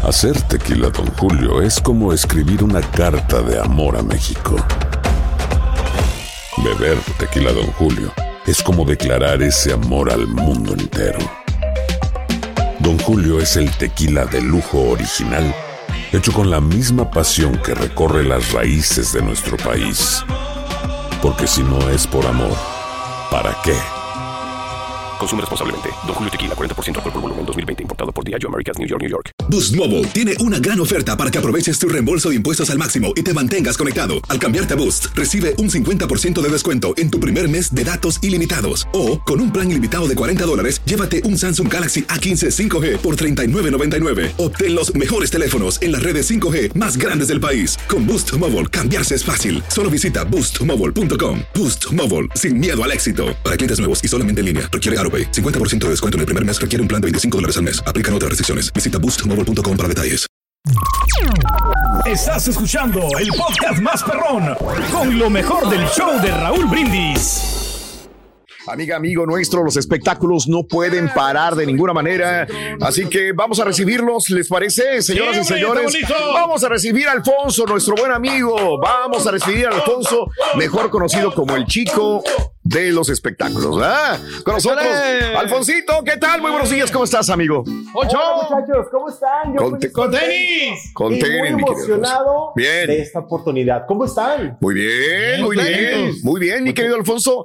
Hacer tequila Don Julio es como escribir una carta de amor a México. Beber tequila Don Julio es como declarar ese amor al mundo entero. Don Julio es el tequila de lujo original, hecho con la misma pasión que recorre las raíces de nuestro país. Porque si no es por amor, ¿para qué? Consume responsablemente. Don Julio Tequila, 40% alcohol por volumen, 2020. Importado por Diageo Americas, New York, New York. Boost Mobile tiene una gran oferta para que aproveches tu reembolso de impuestos al máximo y te mantengas conectado. Al cambiarte a Boost, recibe un 50% de descuento en tu primer mes de datos ilimitados. O, con un plan ilimitado de $40, llévate un Samsung Galaxy A15 5G por $39.99. Obtén los mejores teléfonos en las redes 5G más grandes del país. Con Boost Mobile, cambiarse es fácil. Solo visita boostmobile.com. Boost Mobile, sin miedo al éxito. Para clientes nuevos y solamente en línea, requiere AroPay. 50% de descuento en el primer mes requiere un plan de $25 al mes. Aplican otras restricciones. Visita boostmobile.com para detalles. Estás escuchando el podcast más perrón con lo mejor del show de Raúl Brindis. Amiga, amigo nuestro, los espectáculos no pueden parar de ninguna manera. Así que vamos a recibirlos, ¿les parece, señoras y señores? Vamos a recibir a Alfonso, nuestro buen amigo. Vamos a recibir a Alfonso, mejor conocido como el Chico de los espectáculos, ¿verdad? Con nosotros, Alfonsito, ¿qué tal? Muy buenos días, ¿cómo estás, amigo? Hola, muchachos, ¿cómo están? Yo con tenis. Con tenis, muy emocionado de esta oportunidad. ¿Cómo están? Muy bien, muy bien. Muy bien, mi querido Alfonso.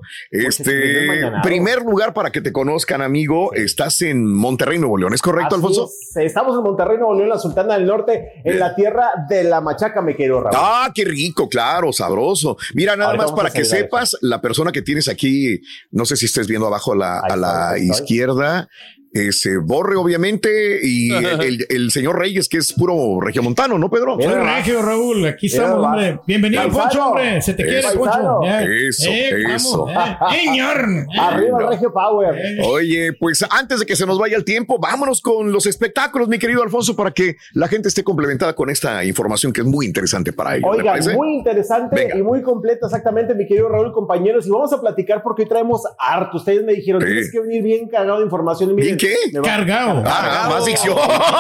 Primer lugar para que te conozcan, amigo, estás en Monterrey, Nuevo León, ¿es correcto, Alfonso? Estamos en Monterrey, Nuevo León, la Sultana del Norte, en la tierra de la machaca, me querido Raúl. Ah, qué rico, claro, sabroso. Mira, nada más para que sepas, la persona que tienes aquí, no sé si estés viendo abajo a la izquierda, ese Borre, obviamente, y el señor Reyes, que es puro regiomontano, ¿no, Pedro? Soy regio, Raúl, aquí estamos, hombre. Bienvenido, Poncho, hombre. Se te quiere, Poncho. Eso. Arriba el Regio Power. Oye, pues antes de que se nos vaya el tiempo, vámonos con los espectáculos, mi querido Alfonso, para que la gente esté complementada con esta información que es muy interesante para ellos. Oiga, muy interesante y muy completa, exactamente, mi querido Raúl, compañeros, y vamos a platicar porque hoy traemos harto. Ustedes me dijeron, tienes que venir bien cargado de información. Y miren, ¿qué? Cargado. Más dicción.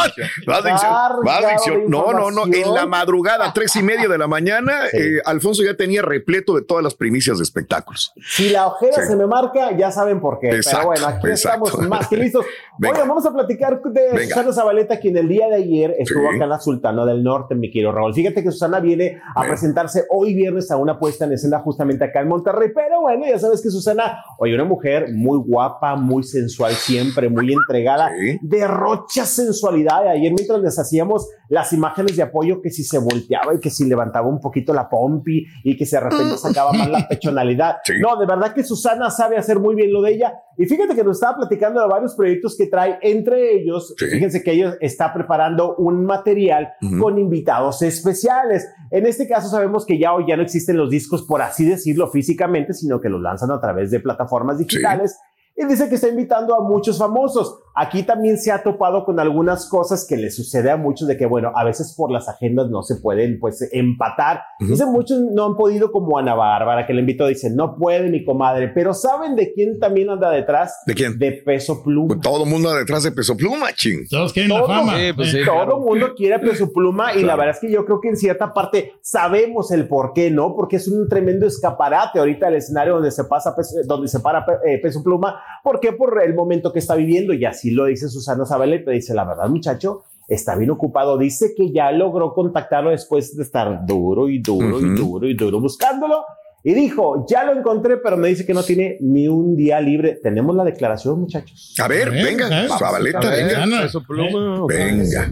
Más dicción. No. En la madrugada, 3:30 de la mañana, Alfonso ya tenía repleto de todas las primicias de espectáculos. Si la ojera se me marca, ya saben por qué. Pero bueno, aquí estamos más que listos. Oigan, vamos a platicar de Susana Zabaleta, quien el día de ayer estuvo acá en la Sultana del Norte, mi querido Raúl. Fíjate que Susana viene a presentarse hoy viernes a una puesta en escena justamente acá en Monterrey. Pero bueno, ya sabes que Susana, una mujer muy guapa, muy sensual siempre, muy entregada, derrocha sensualidad. Ayer mientras les hacíamos las imágenes de apoyo, que si se volteaba y que si levantaba un poquito la pompi y que si de repente sacaba más la pechonalidad. No, de verdad que Susana sabe hacer muy bien lo de ella. Y fíjate que nos estaba platicando de varios proyectos que trae, entre ellos, fíjense que ella está preparando un material con invitados especiales. En este caso sabemos que ya hoy ya no existen los discos, por así decirlo, físicamente, sino que los lanzan a través de plataformas digitales. Y dice que está invitando a muchos famosos. Aquí también se ha topado con algunas cosas que le sucede a muchos, de que, bueno, a veces por las agendas no se pueden, pues, empatar. Dicen, muchos no han podido, como Ana Bárbara, que le invitó, dicen, no puede, mi comadre. Pero ¿saben de quién también anda detrás? ¿De quién? De Peso Pluma. Pues todo el mundo anda detrás de Peso Pluma, ching. Todos quieren la fama. Todo el mundo quiere a Peso Pluma, y la verdad es que yo creo que en cierta parte sabemos el por qué, ¿no? Porque es un tremendo escaparate ahorita el escenario donde se para Peso Pluma. ¿Por qué? Por el momento que está viviendo, y así lo dice Susana Zabaleta. Dice, la verdad, muchacho, está bien ocupado. Dice que ya logró contactarlo después de estar duro buscándolo. Y dijo, ya lo encontré, pero me dice que no tiene ni un día libre. Tenemos la declaración, muchachos. A ver, venga, Zabaleta, venga. Peso Pluma. Venga.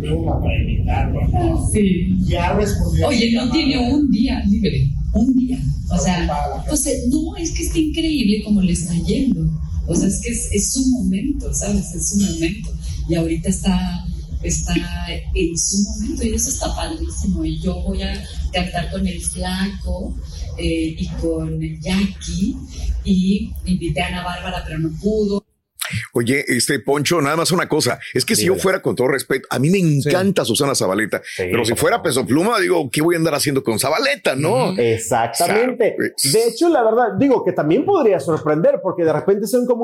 Sí, ya respondió. Oye, no tiene un día libre. Un día. O sea, no, es que está increíble como le está yendo. O sea, es que es su momento, ¿sabes? Es su momento. Y ahorita está en su momento, y eso está padrísimo. Y yo voy a cantar con el Flaco y con Jackie, y invité a Ana Bárbara, pero no pudo. Oye, Poncho, nada más una cosa, es que si yo fuera, con todo respeto, a mí me encanta Susana Zabaleta, pero si fuera Peso Pluma, digo, ¿qué voy a andar haciendo con Zabaleta, no? Exactamente. De hecho, la verdad, digo que también podría sorprender, porque de repente son como unos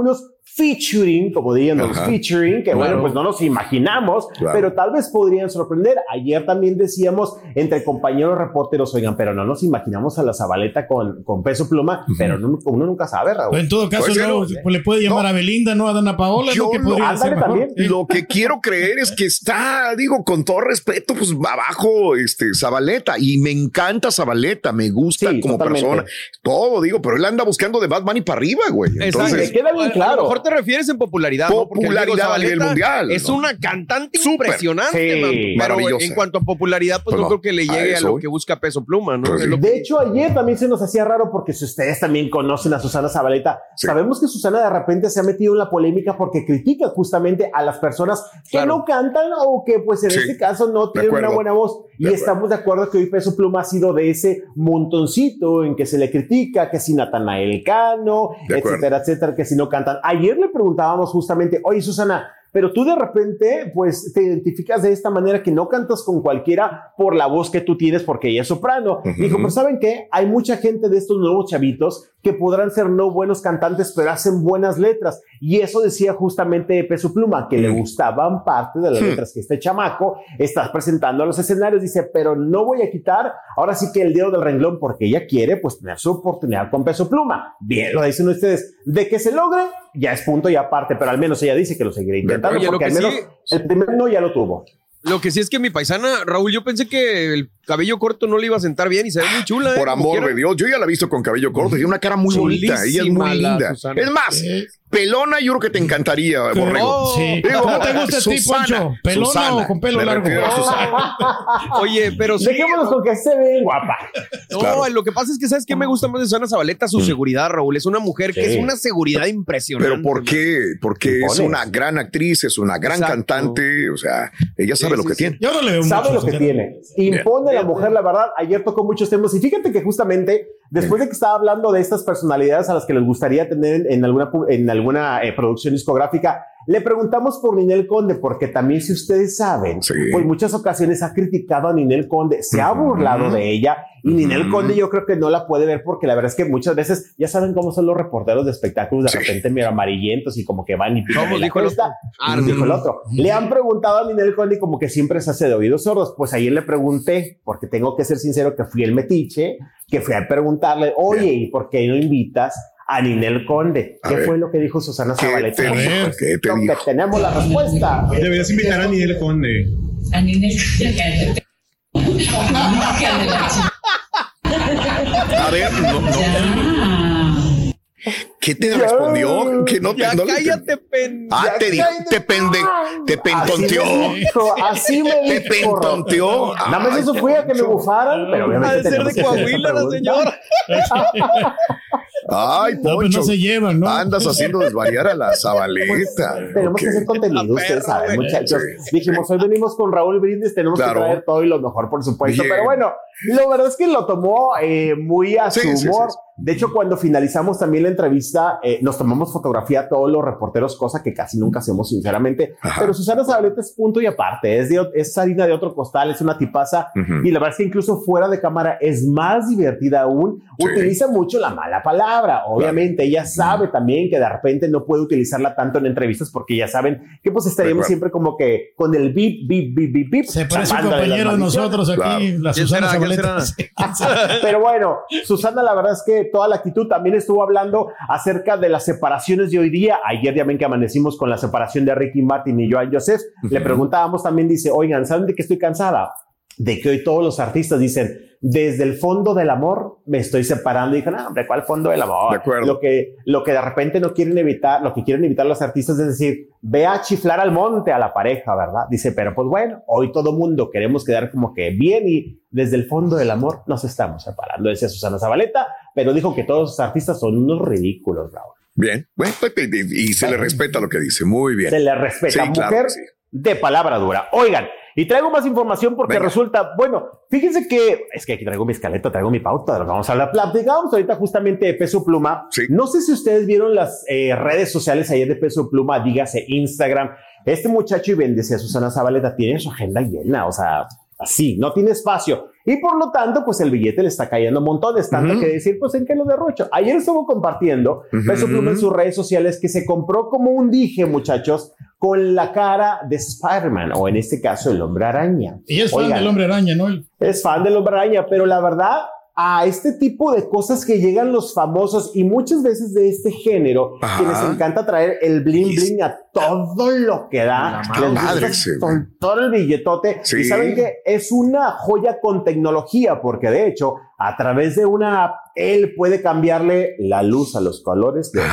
featuring, como dirían los featuring, que bueno, pues no nos imaginamos, pero tal vez podrían sorprender. Ayer también decíamos entre compañeros reporteros, oigan, pero no nos imaginamos a la Zabaleta con Peso Pluma, pero uno nunca sabe, Raúl. Pero en todo caso, pues le puede llamar a Belinda, ¿no? A Dana Paola, yo que podría ser también. Lo que quiero creer es que está, digo, con todo respeto, pues abajo Zabaleta, y me encanta Zabaleta, me gusta como persona, todo, digo, pero él anda buscando de Bad Bunny para arriba, güey. Entonces, me queda bien claro. A lo mejor te refieres en popularidad, popularidad a nivel mundial. Es una cantante impresionante, pero en cuanto a popularidad, pues no creo que le llegue a lo que busca Peso Pluma, ¿no? De hecho, ayer también se nos hacía raro porque si ustedes también conocen a Susana Zabaleta, sabemos que Susana de repente se ha metido en la polémica porque critica justamente a las personas que no cantan o que pues en este caso no tienen una buena voz. Y estamos de acuerdo que hoy Peso Pluma ha sido de ese montoncito en que se le critica, que si Natanael Cano, etcétera, etcétera, que si no cantan. Ayer le preguntábamos justamente, oye Susana, pero tú de repente pues te identificas de esta manera que no cantas con cualquiera por la voz que tú tienes porque ella es soprano. Dijo, pues ¿saben qué? Hay mucha gente de estos nuevos chavitos que podrán ser no buenos cantantes, pero hacen buenas letras. Y eso decía justamente Peso Pluma, que le gustaban parte de las letras que este chamaco está presentando a los escenarios. Dice, pero no voy a quitar ahora sí que el dedo del renglón porque ella quiere pues tener su oportunidad con Peso Pluma. Bien, lo dicen ustedes. De que se logre, ya es punto y aparte, pero al menos ella dice que lo seguirá intentando. Oye, porque al menos el primer no ya lo tuvo. Lo que sí es que mi paisana, Raúl, yo pensé que el cabello corto no le iba a sentar bien y se ve muy chula. Por amor de Dios, yo ya la he visto con cabello corto, tiene una cara muy bonita, ella es muy linda. Susana. Es más, pelona yo creo que te encantaría, Borrego. Digo, ¿cómo te gusta a ti, Poncho? ¿Pelona o con pelo largo? Oye, pero sí. Dejémonos con que se ve guapa. No, lo que pasa es que ¿sabes qué me gusta más de Susana Zabaleta? Su seguridad, Raúl. Es una mujer que es una seguridad impresionante. ¿Pero por qué? Porque es una gran actriz, es una gran cantante, o sea, ella sabe lo que tiene. Yo no le veo sabe lo que tiene. Impone la mujer, la verdad. Ayer tocó muchos temas y fíjate que justamente después de que estaba hablando de estas personalidades a las que les gustaría tener en alguna producción discográfica, le preguntamos por Ninel Conde, porque también, si ustedes saben, pues muchas ocasiones ha criticado a Ninel Conde, se ha burlado de ella, y Ninel Conde yo creo que no la puede ver porque la verdad es que muchas veces, ya saben cómo son los reporteros de espectáculos, de repente medio amarillentos y como que van y pican en la cresta, dijo el otro. Le han preguntado a Ninel Conde y como que siempre se hace de oídos sordos. Pues ayer le pregunté, porque tengo que ser sincero que fui el metiche, que fui a preguntarle, oye, ¿y por qué no invitas a Ninel Conde? ¿Qué fue lo que dijo Susana Zabaleta? ¿Qué te dijo? Tenemos la respuesta. Deberías invitar a Ninel Conde. A Ninel Conde. A ver, ¿qué te respondió? Que no te. Ya cállate, te pentonteó. Así me dijo. Te pentonteó. Nada más eso fue a que me bufaran, pero obviamente. Ha de ser de Coahuila la señora. Ay, Poncho, no se llevan, ¿no? Andas haciendo desvariar a la Zabaleta. Pues, tenemos que hacer contenido, ustedes saben, muchachos. Dijimos, hoy venimos con Raúl Brindis, tenemos que traer todo y lo mejor, por supuesto. Bien. Pero bueno, la verdad es que lo tomó muy a su humor. De hecho, cuando finalizamos también la entrevista, nos tomamos fotografía a todos los reporteros, cosa que casi nunca hacemos, sinceramente. Pero Susana Zabaleta es punto y aparte, es harina de otro costal, es una tipaza. Y la verdad es que incluso fuera de cámara es más divertida aún. Utiliza mucho la mala palabra. Obviamente, ella sabe también que de repente no puede utilizarla tanto en entrevistas porque ya saben que pues estaríamos siempre como que con el bip, bip, bip, bip, bip. Se parece un compañero de nosotros aquí, la Susana Zabaleta. Pero bueno, Susana, la verdad es que toda la actitud. También estuvo hablando acerca de las separaciones de hoy día. Ayer ya ven que amanecimos con la separación de Ricky Martin y Joan Joseph. Le preguntábamos también, dice, oigan, ¿saben de qué estoy cansada? De que hoy todos los artistas dicen, desde el fondo del amor me estoy separando. Y dije, no, hombre, ¿cuál fondo del amor? De acuerdo. Lo que de repente no quieren evitar, lo que quieren evitar los artistas es decir, ve a chiflar al monte a la pareja, ¿verdad? Dice, pero pues bueno, hoy todo mundo queremos quedar como que bien y desde el fondo del amor nos estamos separando, decía Susana Zabaleta, pero dijo que todos los artistas son unos ridículos, Raúl. Bien, bueno, y se le respeta lo que dice, muy bien. Se le respeta, sí, mujer claro, de palabra dura. Oigan, y traigo más información porque resulta, bueno, fíjense que, es que aquí traigo mi escaleta, traigo mi pauta de lo que vamos a hablar. Platicamos ahorita justamente de Peso Pluma. Sí. No sé si ustedes vieron las redes sociales ayer de Peso Pluma, dígase Instagram. Este muchacho, y bendecía a Susana Zabaleta, tiene su agenda llena, o sea, Así, no tiene espacio. Y por lo tanto, pues el billete le está cayendo montones, tanto que decir, pues ¿en qué lo derrocho? Ayer estuvo compartiendo Peso Pluma en sus redes sociales que se compró como un dije, muchachos, con la cara de Spider-Man, o en este caso el Hombre Araña. Y es fan del Hombre Araña, ¿no? Es fan del Hombre Araña, pero la verdad, a este tipo de cosas que llegan los famosos y muchas veces de este género, que les encanta traer el bling bling a todo lo que da, con todo el billetote, y saben que es una joya con tecnología, porque de hecho a través de una app él puede cambiarle la luz a los colores de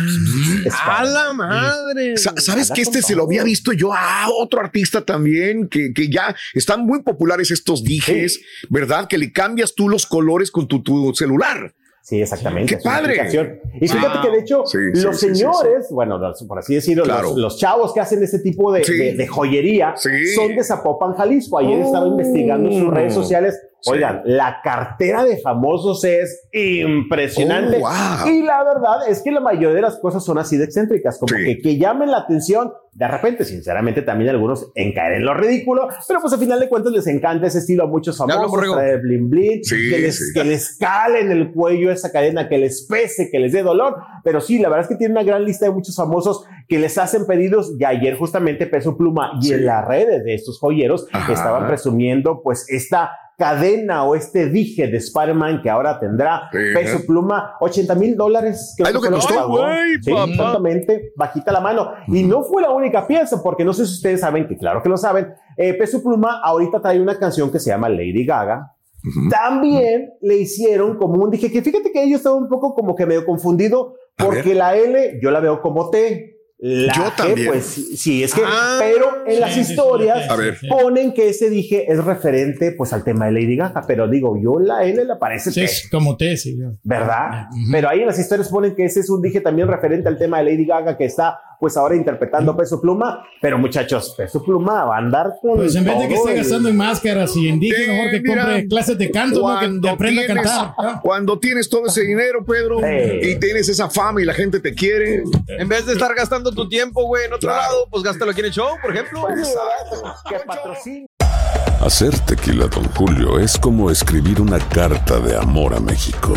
¡a la madre! ¿Sabes que se lo había visto yo a otro artista también? Que ya están muy populares estos dijes, ¿verdad? Que le cambias tú los colores con tu celular. Sí, exactamente. ¡Qué padre! Y fíjate que de hecho los señores, bueno, por así decirlo, los chavos que hacen ese tipo de joyería son de Zapopan, Jalisco. Ayer estaba investigando en sus redes sociales. Oigan, la cartera de famosos es impresionante. Y la verdad es que la mayoría de las cosas son así de excéntricas, como que llamen la atención. De repente, sinceramente, también algunos en caer en lo ridículo, pero pues al final de cuentas les encanta ese estilo a muchos famosos, traer bling bling, que les cale en el cuello esa cadena, que les pese, que les dé dolor. Pero sí, la verdad es que tiene una gran lista de muchos famosos que les hacen pedidos. Y ayer justamente Peso Pluma y en las redes de estos joyeros estaban presumiendo pues esta cadena o este dije de Spider-Man que ahora tendrá Peso Pluma, $80,000. Es lo que costó, güey. Sí, exactamente, bajita la mano. Y no fue la única pieza, porque no sé si ustedes saben, que claro que lo saben, Peso Pluma ahorita trae una canción que se llama Lady Gaga. También le hicieron como un dije, que fíjate que yo estaba un poco como que medio confundido, porque la L yo la veo como T. La yo G, también. pues sí, es que, pero en las historias ponen que ese dije es referente pues al tema de Lady Gaga, pero digo, yo la L la parece T. Sí, como T, sí. ¿Verdad? Pero ahí en las historias ponen que ese es un dije también referente al tema de Lady Gaga que está pues ahora interpretando Peso Pluma, pero muchachos, Peso Pluma va a andar con pues en vez de que esté gastando en máscaras y en dije, mejor que compre clases de canto, ¿no? Que aprenda a cantar. Cuando tienes todo ese dinero, Pedro, y tienes esa fama y la gente te quiere, en vez de estar gastando tu tiempo, güey, en otro lado, pues gástalo aquí en el show, por ejemplo. Que patrocina. Hacer tequila Don Julio es como escribir una carta de amor a México.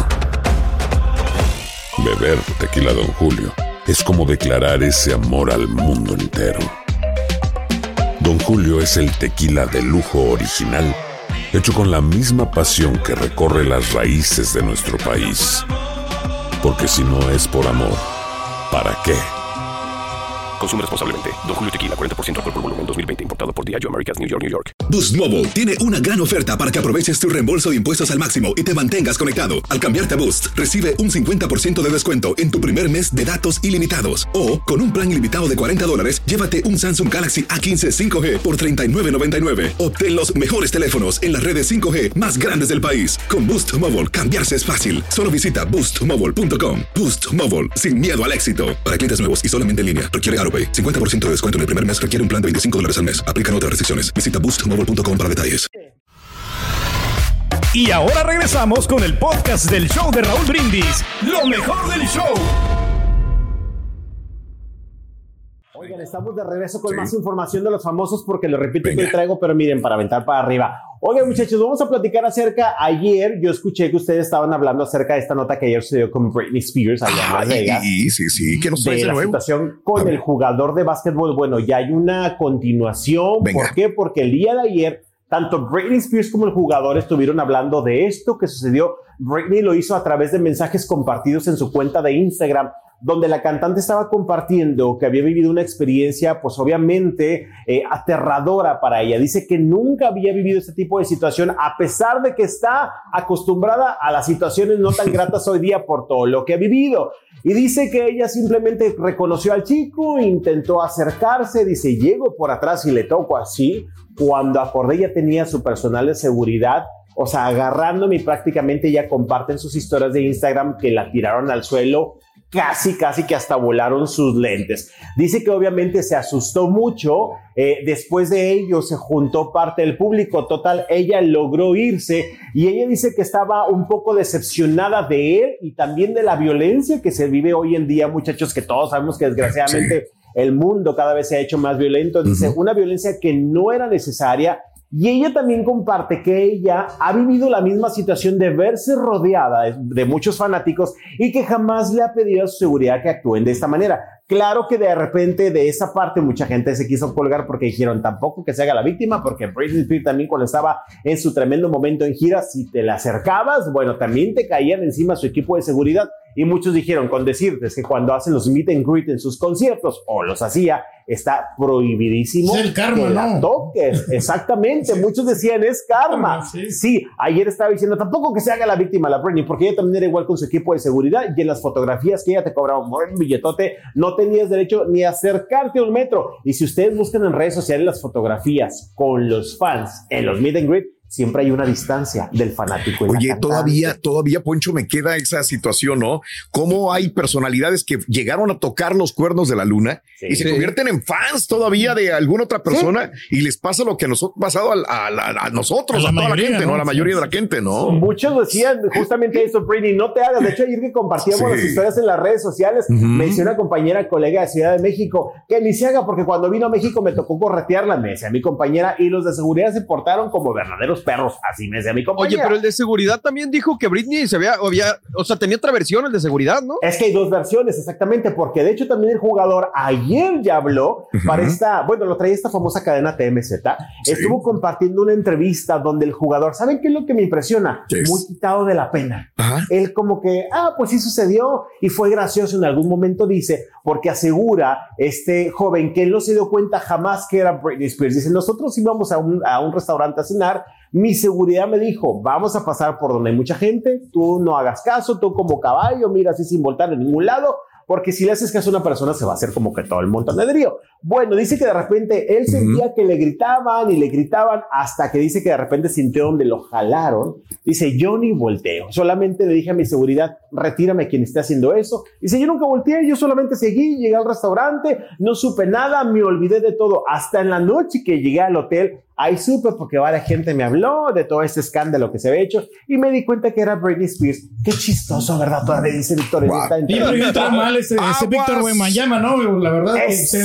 Beber tequila Don Julio es como declarar ese amor al mundo entero. Don Julio es el tequila de lujo original, hecho con la misma pasión que recorre las raíces de nuestro país. Porque si no es por amor, ¿para qué? Consume responsablemente. Don Julio Tequila, 40% alcohol por volumen, 2020. Importado por Diageo Americas, New York, New York. Boost Mobile tiene una gran oferta para que aproveches tu reembolso de impuestos al máximo y te mantengas conectado. Al cambiarte a Boost, recibe un 50% de descuento en tu primer mes de datos ilimitados. O, con un plan ilimitado de $40, llévate un Samsung Galaxy A15 5G por $39.99. Obtén los mejores teléfonos en las redes 5G más grandes del país. Con Boost Mobile, cambiarse es fácil. Solo visita boostmobile.com. Boost Mobile, sin miedo al éxito. Para clientes nuevos y solamente en línea, requiere AroPay. 50% de descuento en el primer mes requiere un plan de $25 al mes. Aplican otras restricciones. Visita boostmobile.com para detalles. Y ahora regresamos con el podcast del show de Raúl Brindis. Lo mejor del show. Oigan, estamos de regreso con más información de los famosos porque lo repito que traigo, pero miren, para aventar para arriba. Oigan, muchachos, vamos a platicar acerca. Ayer yo escuché que ustedes estaban hablando acerca de esta nota que ayer sucedió con Britney Spears allá en Las Vegas. Sí. ¿Qué nos trae de la nuevo? Situación con el jugador de básquetbol. Bueno, ya hay una continuación. ¿Por qué? Porque el día de ayer, tanto Britney Spears como el jugador estuvieron hablando de esto que sucedió. Britney lo hizo a través de mensajes compartidos en su cuenta de Instagram, donde la cantante estaba compartiendo que había vivido una experiencia, pues obviamente aterradora para ella. Dice que nunca había vivido este tipo de situación, a pesar de que está acostumbrada a las situaciones no tan gratas hoy día por todo lo que ha vivido. Y dice que ella simplemente reconoció al chico, intentó acercarse, dice, llego por atrás y le toco así. Cuando acordé ya tenía su personal de seguridad, o sea, agarrándome, y prácticamente ya comparten sus historias de Instagram que la tiraron al suelo, casi que hasta volaron sus lentes. Dice que obviamente se asustó mucho. Después de ello se juntó parte del público. Total, ella logró irse y ella dice que estaba un poco decepcionada de él y también de la violencia que se vive hoy en día, muchachos, que todos sabemos que desgraciadamente el mundo cada vez se ha hecho más violento. Dice, una violencia que no era necesaria. Y ella también comparte que ella ha vivido la misma situación de verse rodeada de muchos fanáticos y que jamás le ha pedido a su seguridad que actúen de esta manera. Claro que de repente de esa parte mucha gente se quiso colgar porque dijeron tampoco que se haga la víctima, porque Britney Spears también cuando estaba en su tremendo momento en gira, si te la acercabas, bueno, también te caían encima su equipo de seguridad. Y muchos dijeron, con decirte que cuando hacen los meet and greet en sus conciertos, o los hacía, está prohibidísimo es el karma, que la toques. Exactamente, muchos decían, es karma. Sí, ayer estaba diciendo, tampoco que se haga la víctima la Britney, porque ella también era igual con su equipo de seguridad, y en las fotografías que ella te cobraba un buen billetote, no tenías derecho ni a acercarte a un metro. Y si ustedes buscan en redes sociales las fotografías con los fans en los meet and greet, siempre hay una distancia del fanático. Oye, todavía, Poncho, me queda esa situación, ¿no? Cómo hay personalidades que llegaron a tocar los cuernos de la luna y se convierten en fans todavía de alguna otra persona y les pasa lo que nos ha pasado a nosotros, a toda la gente, ¿no? A la mayoría de la gente, ¿no? Muchos decían justamente eso, Britney, no te hagas. De hecho, ayer que compartíamos las historias en las redes sociales, me decía una compañera, colega de Ciudad de México, que ni se haga porque cuando vino a México me tocó corretearla, me decía mi compañera, y los de seguridad se portaron como verdaderos perros, así me decía mi compañera. Oye, pero el de seguridad también dijo que Britney tenía otra versión, el de seguridad, ¿no? Es que hay dos versiones, exactamente, porque de hecho también el jugador ayer ya habló para lo traía esta famosa cadena TMZ, estuvo compartiendo una entrevista donde el jugador, ¿saben qué es lo que me impresiona? Muy quitado de la pena. Él como que, pues sí sucedió y fue gracioso en algún momento, dice, porque asegura este joven que él no se dio cuenta jamás que era Britney Spears. Dice, nosotros íbamos a un restaurante a cenar, mi seguridad me dijo, vamos a pasar por donde hay mucha gente, tú no hagas caso, tú como caballo, mira así sin voltar en ningún lado, porque si le haces caso a una persona se va a hacer como que todo el montonedrío. Bueno, dice que de repente él sentía que le gritaban y le gritaban hasta que dice que de repente sintió donde lo jalaron. Dice, yo ni volteo, solamente le dije a mi seguridad, retírame quien esté haciendo eso. Dice, yo nunca volteé, yo solamente seguí, llegué al restaurante, no supe nada, me olvidé de todo. Hasta en la noche que llegué al hotel, ahí supe porque varias gente me habló de todo este escándalo que se había hecho y me di cuenta que era Britney Spears. Qué chistoso, ¿verdad? Todavía dice Víctor. Está mal ese Víctor Guaymallama, ¿no? La verdad.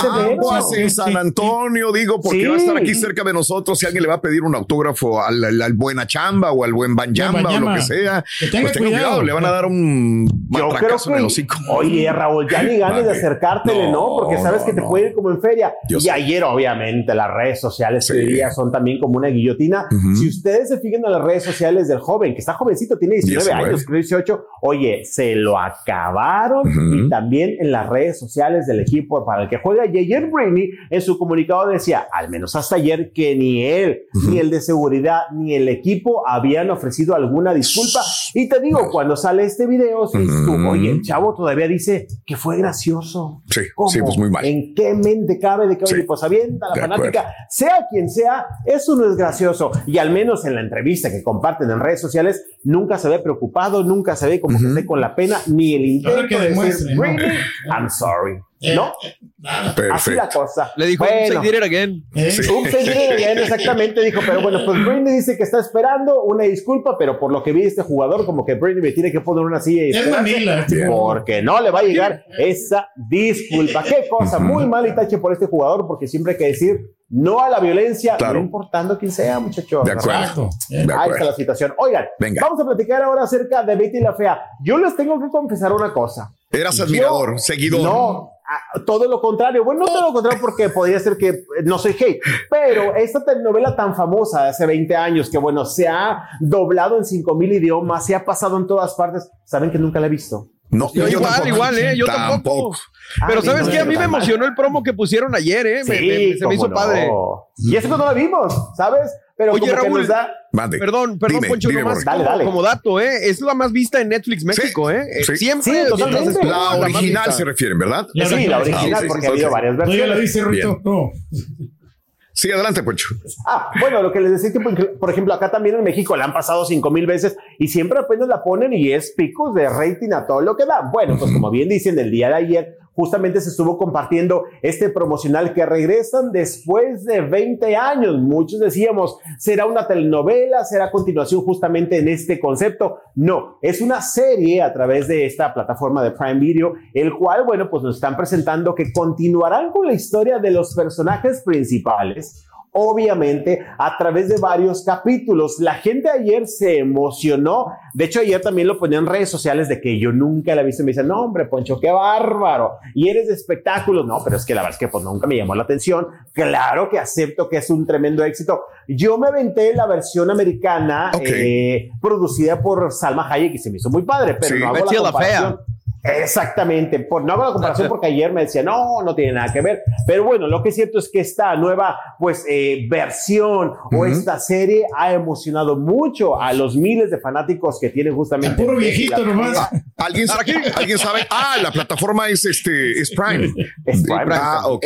En San Antonio, digo, porque va a estar aquí cerca de nosotros. Si alguien le va a pedir un autógrafo al Buena Chamba o al Buen Banyamba o lo que sea, pues tenga cuidado, le van a dar un matracazo en el hocico. Oye, Raúl, ya ni ganes de acercártele, ¿no? Porque sabes que te puede ir como en feria. Y ayer, obviamente, las redes sociales son también como una guillotina. Si ustedes se fijan en las redes sociales del joven, que está jovencito, tiene 19 años, 18, oye, se lo acabaron. Y también en las redes sociales del equipo para el que juega. Y ayer Britney en su comunicado decía, al menos hasta ayer, que ni él, ni el de seguridad, ni el equipo habían ofrecido alguna disculpa. Y te digo, cuando sale este video, oye, el chavo todavía dice que fue gracioso. Sí, pues muy mal. ¿En qué mente cabe de que, oye, pues avienta la fanática, sea quien sea, eso no es gracioso? Y al menos en la entrevista que comparten en redes sociales, nunca se ve preocupado, nunca se ve como que esté con la pena, ni el intento de decir, Britney, I'm sorry. ¿No? Perfecto. Así la cosa. Le dijo, oops, I did it again. Oops, I did it again, exactamente. Dijo, pero bueno, pues Britney dice que está esperando una disculpa, pero por lo que vi este jugador, como que Britney me tiene que poner una silla y porque no le va a llegar esa disculpa. Qué cosa, muy mal y tache por este jugador, porque siempre hay que decir no a la violencia, no importando quién sea, muchachos. De acuerdo. Ahí está la situación. Oigan, vamos a platicar ahora acerca de Betty la Fea. Yo les tengo que confesar una cosa. Eras admirador, seguidor. No, todo lo contrario. Bueno, no todo lo contrario porque podría ser que no soy hate, pero esta telenovela tan famosa de hace 20 años que, bueno, se ha doblado en 5,000 idiomas, se ha pasado en todas partes. ¿Saben que nunca la he visto? No, yo tampoco. Pero ¿sabes qué? A mí me emocionó el promo que pusieron ayer, se me hizo padre. Y eso no lo vimos, ¿sabes? Pero oye, Raúl, perdón, Poncho, nomás como dato, es la más vista en Netflix México, Siempre. Totalmente. La original se refieren, ¿verdad? Sí, la original, porque ha habido varias versiones. No, ya la dice Rito, no. Sí, adelante, Poncho. Bueno, lo que les decía, que por ejemplo, acá también en México la han pasado 5,000 veces y siempre apenas la ponen y es picos de rating a todo lo que da. Bueno, pues como bien dicen, el día de ayer justamente se estuvo compartiendo este promocional que regresan después de 20 años. Muchos decíamos, ¿será una telenovela? ¿Será continuación justamente en este concepto? No, es una serie a través de esta plataforma de Prime Video, el cual, bueno, pues nos están presentando que continuarán con la historia de los personajes principales. obviamente a través de varios capítulos. La gente ayer se emocionó. De hecho, ayer también lo ponía en redes sociales de que yo nunca la he visto. Me dicen, no, hombre, Poncho, qué bárbaro. Y eres de espectáculos. No, pero es que la verdad es que pues nunca me llamó la atención. Claro que acepto que es un tremendo éxito. Yo me aventé la versión americana producida por Salma Hayek y se me hizo muy padre, pero no hago la comparación. Exactamente, no hago la comparación porque ayer me decía no tiene nada que ver, pero bueno, lo que es cierto es que esta nueva versión o esta serie ha emocionado mucho a los miles de fanáticos que tienen justamente. Puro viejito nomás. ¿Alguien sabe? La plataforma es Prime. Es Prime. Ok.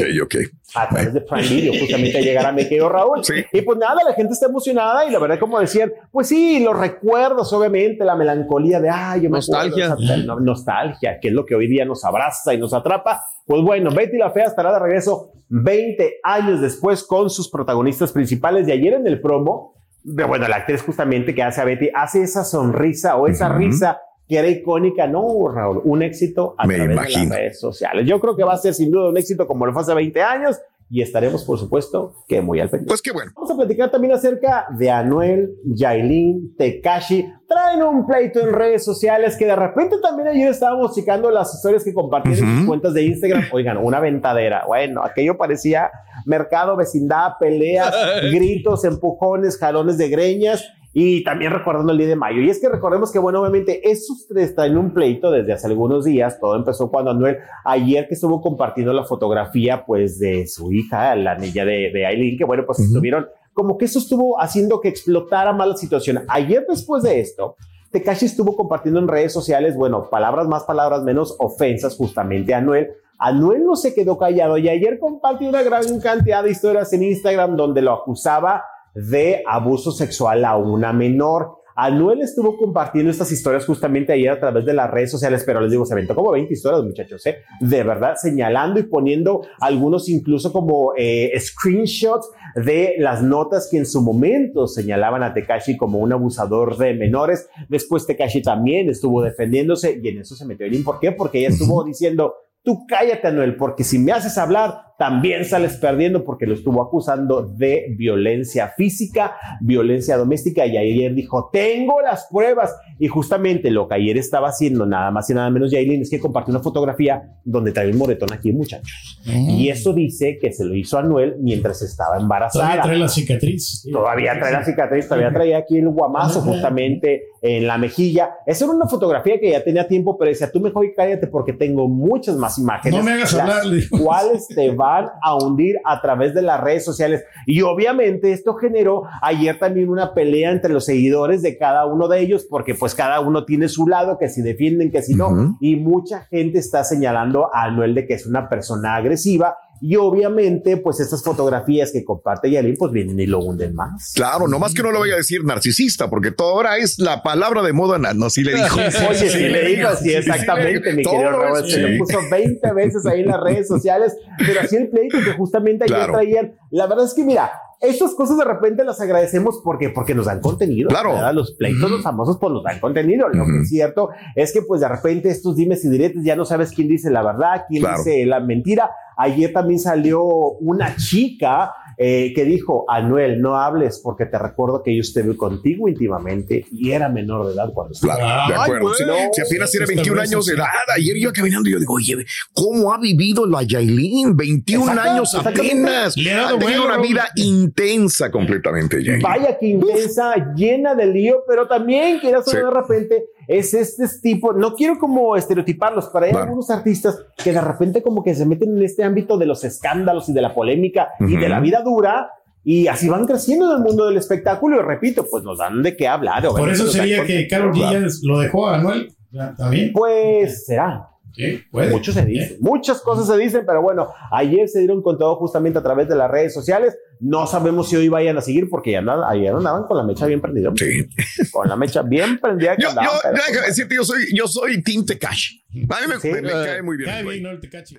A través de Prime Video, justamente llegará mi querido Raúl. Sí. Y pues nada, la gente está emocionada y la verdad, como decían, pues sí, los recuerdos, obviamente, la melancolía de, yo me nostalgia. Nostalgia, que es lo que hoy día nos abraza y nos atrapa. Pues bueno, Betty la Fea estará de regreso 20 años después con sus protagonistas principales. De ayer en el promo, la actriz justamente que hace a Betty, hace esa sonrisa o esa risa que era icónica. No, Raúl, un éxito a través de las redes sociales. Yo creo que va a ser sin duda un éxito como lo fue hace 20 años y estaremos, por supuesto, que muy al pendiente. Pues qué bueno. Vamos a platicar también acerca de Anuel, Yailin, Tekashi. Traen un pleito en redes sociales que de repente también ayer estábamos checando las historias que compartían en sus cuentas de Instagram. Oigan, una ventadera. Bueno, aquello parecía mercado, vecindad, peleas, gritos, empujones, jalones de greñas. Y también recordando el día de mayo. Y es que recordemos que, bueno, obviamente estos tres están en un pleito desde hace algunos días. Todo empezó cuando Anuel, ayer que estuvo compartiendo la fotografía, pues, de su hija, la niña de Aileen, que bueno, pues estuvieron, como que eso estuvo haciendo que explotara más la situación. Ayer, después de esto, Tekashi estuvo compartiendo en redes sociales, bueno, palabras más, palabras menos, ofensas justamente a Anuel. Anuel no se quedó callado y ayer compartió una gran cantidad de historias en Instagram donde lo acusaba de abuso sexual a una menor. Anuel estuvo compartiendo estas historias justamente ayer a través de las redes sociales, pero les digo, se aventó como 20 historias, muchachos, de verdad, señalando y poniendo algunos incluso como screenshots de las notas que en su momento señalaban a Tekashi como un abusador de menores. Después Tekashi también estuvo defendiéndose y en eso se metió Aileen. ¿Por qué? Porque ella estuvo diciendo, tú cállate, Anuel, porque si me haces hablar, también sales perdiendo, porque lo estuvo acusando de violencia física, violencia doméstica, y ayer dijo, tengo las pruebas. Y justamente lo que ayer estaba haciendo, nada más y nada menos, Yailin, es que compartió una fotografía donde trae un moretón aquí, muchachos. Y eso dice que se lo hizo Anuel mientras estaba embarazada. Todavía trae la cicatriz. Todavía trae la cicatriz, todavía traía aquí el guamazo justamente en la mejilla. Esa era una fotografía que ya tenía tiempo, pero decía, tú mejor cállate porque tengo muchas más imágenes. No me hagas hablar, ¿cuáles te van a hundir a través de las redes sociales? Y obviamente esto generó ayer también una pelea entre los seguidores de cada uno de ellos, porque pues cada uno tiene su lado, que si defienden, que si no, y mucha gente está señalando a Anuel de que es una persona agresiva. Y obviamente, pues estas fotografías que comparte Yailin, pues vienen y lo hunden más. Claro, no más que no lo vaya a decir narcisista, porque todo ahora es la palabra de moda. No, sí le dijo. Oye, sí le dijo, sí, exactamente, mi querido Robert. Se lo puso 20 veces ahí en las redes sociales, pero así el pleito que justamente ayer traían. La verdad es que, mira, estas cosas de repente las agradecemos porque nos dan contenido. Claro. ¿Verdad? Los pleitos, los famosos, pues nos dan contenido. Lo que es cierto es que, pues de repente estos dimes y diretes ya no sabes quién dice la verdad, quién dice la mentira. Ayer también salió una chica que dijo, Anuel, no hables porque te recuerdo que yo estuve contigo íntimamente y era menor de edad cuando estaba. Claro, de acuerdo. Si apenas tiene 21 años de edad, ayer iba caminando y yo digo, oye, ¿cómo ha vivido la Yailin? 21 años apenas. Ha tenido una vida intensa completamente, Yailin. Vaya que intensa, llena de lío, pero también quiero saber de repente es este tipo, no quiero como estereotiparlos, pero hay algunos artistas que de repente como que se meten en este ámbito de los escándalos y de la polémica y de la vida dura, y así van creciendo en el mundo del espectáculo, y repito, pues nos dan de qué hablar. Por eso sería que Karol G lo dejó a Anuel, ¿está bien? Pues será. Sí, mucho se dice, muchas cosas se dicen, pero bueno, ayer se dieron con todo justamente a través de las redes sociales. No sabemos si hoy vayan a seguir porque ayer andaban con la mecha bien prendida. Sí. Con la mecha bien prendida. Déjame decirte, yo soy Team Tekashi. A mí me cae muy bien. Cae bien, ¿no? El Tekashi.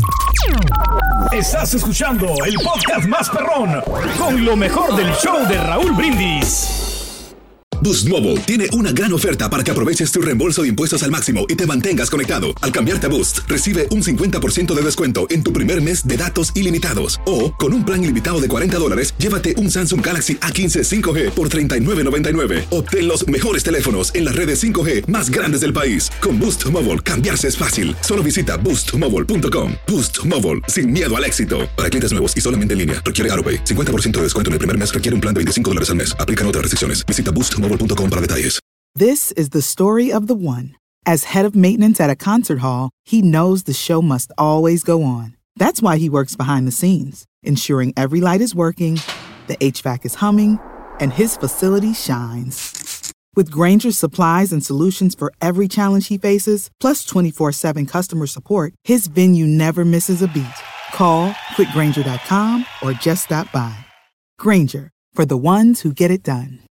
Estás escuchando el podcast más perrón con lo mejor del show de Raúl Brindis. Boost Mobile tiene una gran oferta para que aproveches tu reembolso de impuestos al máximo y te mantengas conectado. Al cambiarte a Boost, recibe un 50% de descuento en tu primer mes de datos ilimitados. O, con un plan ilimitado de $40, llévate un Samsung Galaxy A15 5G por $39.99. Obtén los mejores teléfonos en las redes 5G más grandes del país. Con Boost Mobile, cambiarse es fácil. Solo visita boostmobile.com. Boost Mobile, sin miedo al éxito. Para clientes nuevos y solamente en línea, requiere AutoPay. 50% de descuento en el primer mes, requiere un plan de $25 al mes. Aplican otras restricciones. Visita boostmobile.com para detalles. This is the story of the one. As head of maintenance at a concert hall, he knows the show must always go on. That's why he works behind the scenes, ensuring every light is working, the HVAC is humming, and his facility shines. With Grainger's supplies and solutions for every challenge he faces, plus 24/7 customer support, his venue never misses a beat. Call quickgrainger.com or just stop by. Grainger, for the ones who get it done.